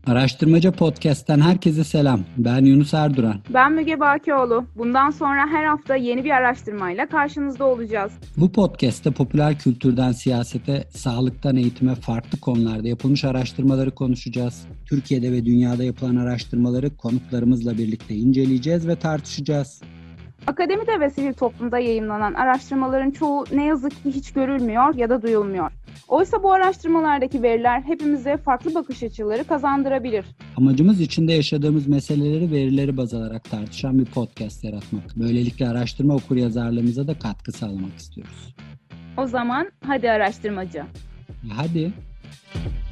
Araştırmacı Podcast'ten herkese selam. Ben Yunus Erduran. Ben Müge Bakioğlu. Bundan sonra her hafta yeni bir araştırmayla karşınızda olacağız. Bu podcast'te popüler kültürden siyasete, sağlıktan eğitime farklı konularda yapılmış araştırmaları konuşacağız. Türkiye'de ve dünyada yapılan araştırmaları konuklarımızla birlikte inceleyeceğiz ve tartışacağız. Akademide ve sivil toplumda yayımlanan araştırmaların çoğu ne yazık ki hiç görülmüyor ya da duyulmuyor. Oysa bu araştırmalardaki veriler hepimize farklı bakış açıları kazandırabilir. Amacımız içinde yaşadığımız meseleleri verileri baz alarak tartışan bir podcast yaratmak. Böylelikle araştırma okuryazarlığımıza da katkı sağlamak istiyoruz. O zaman hadi araştırmacı. Hadi.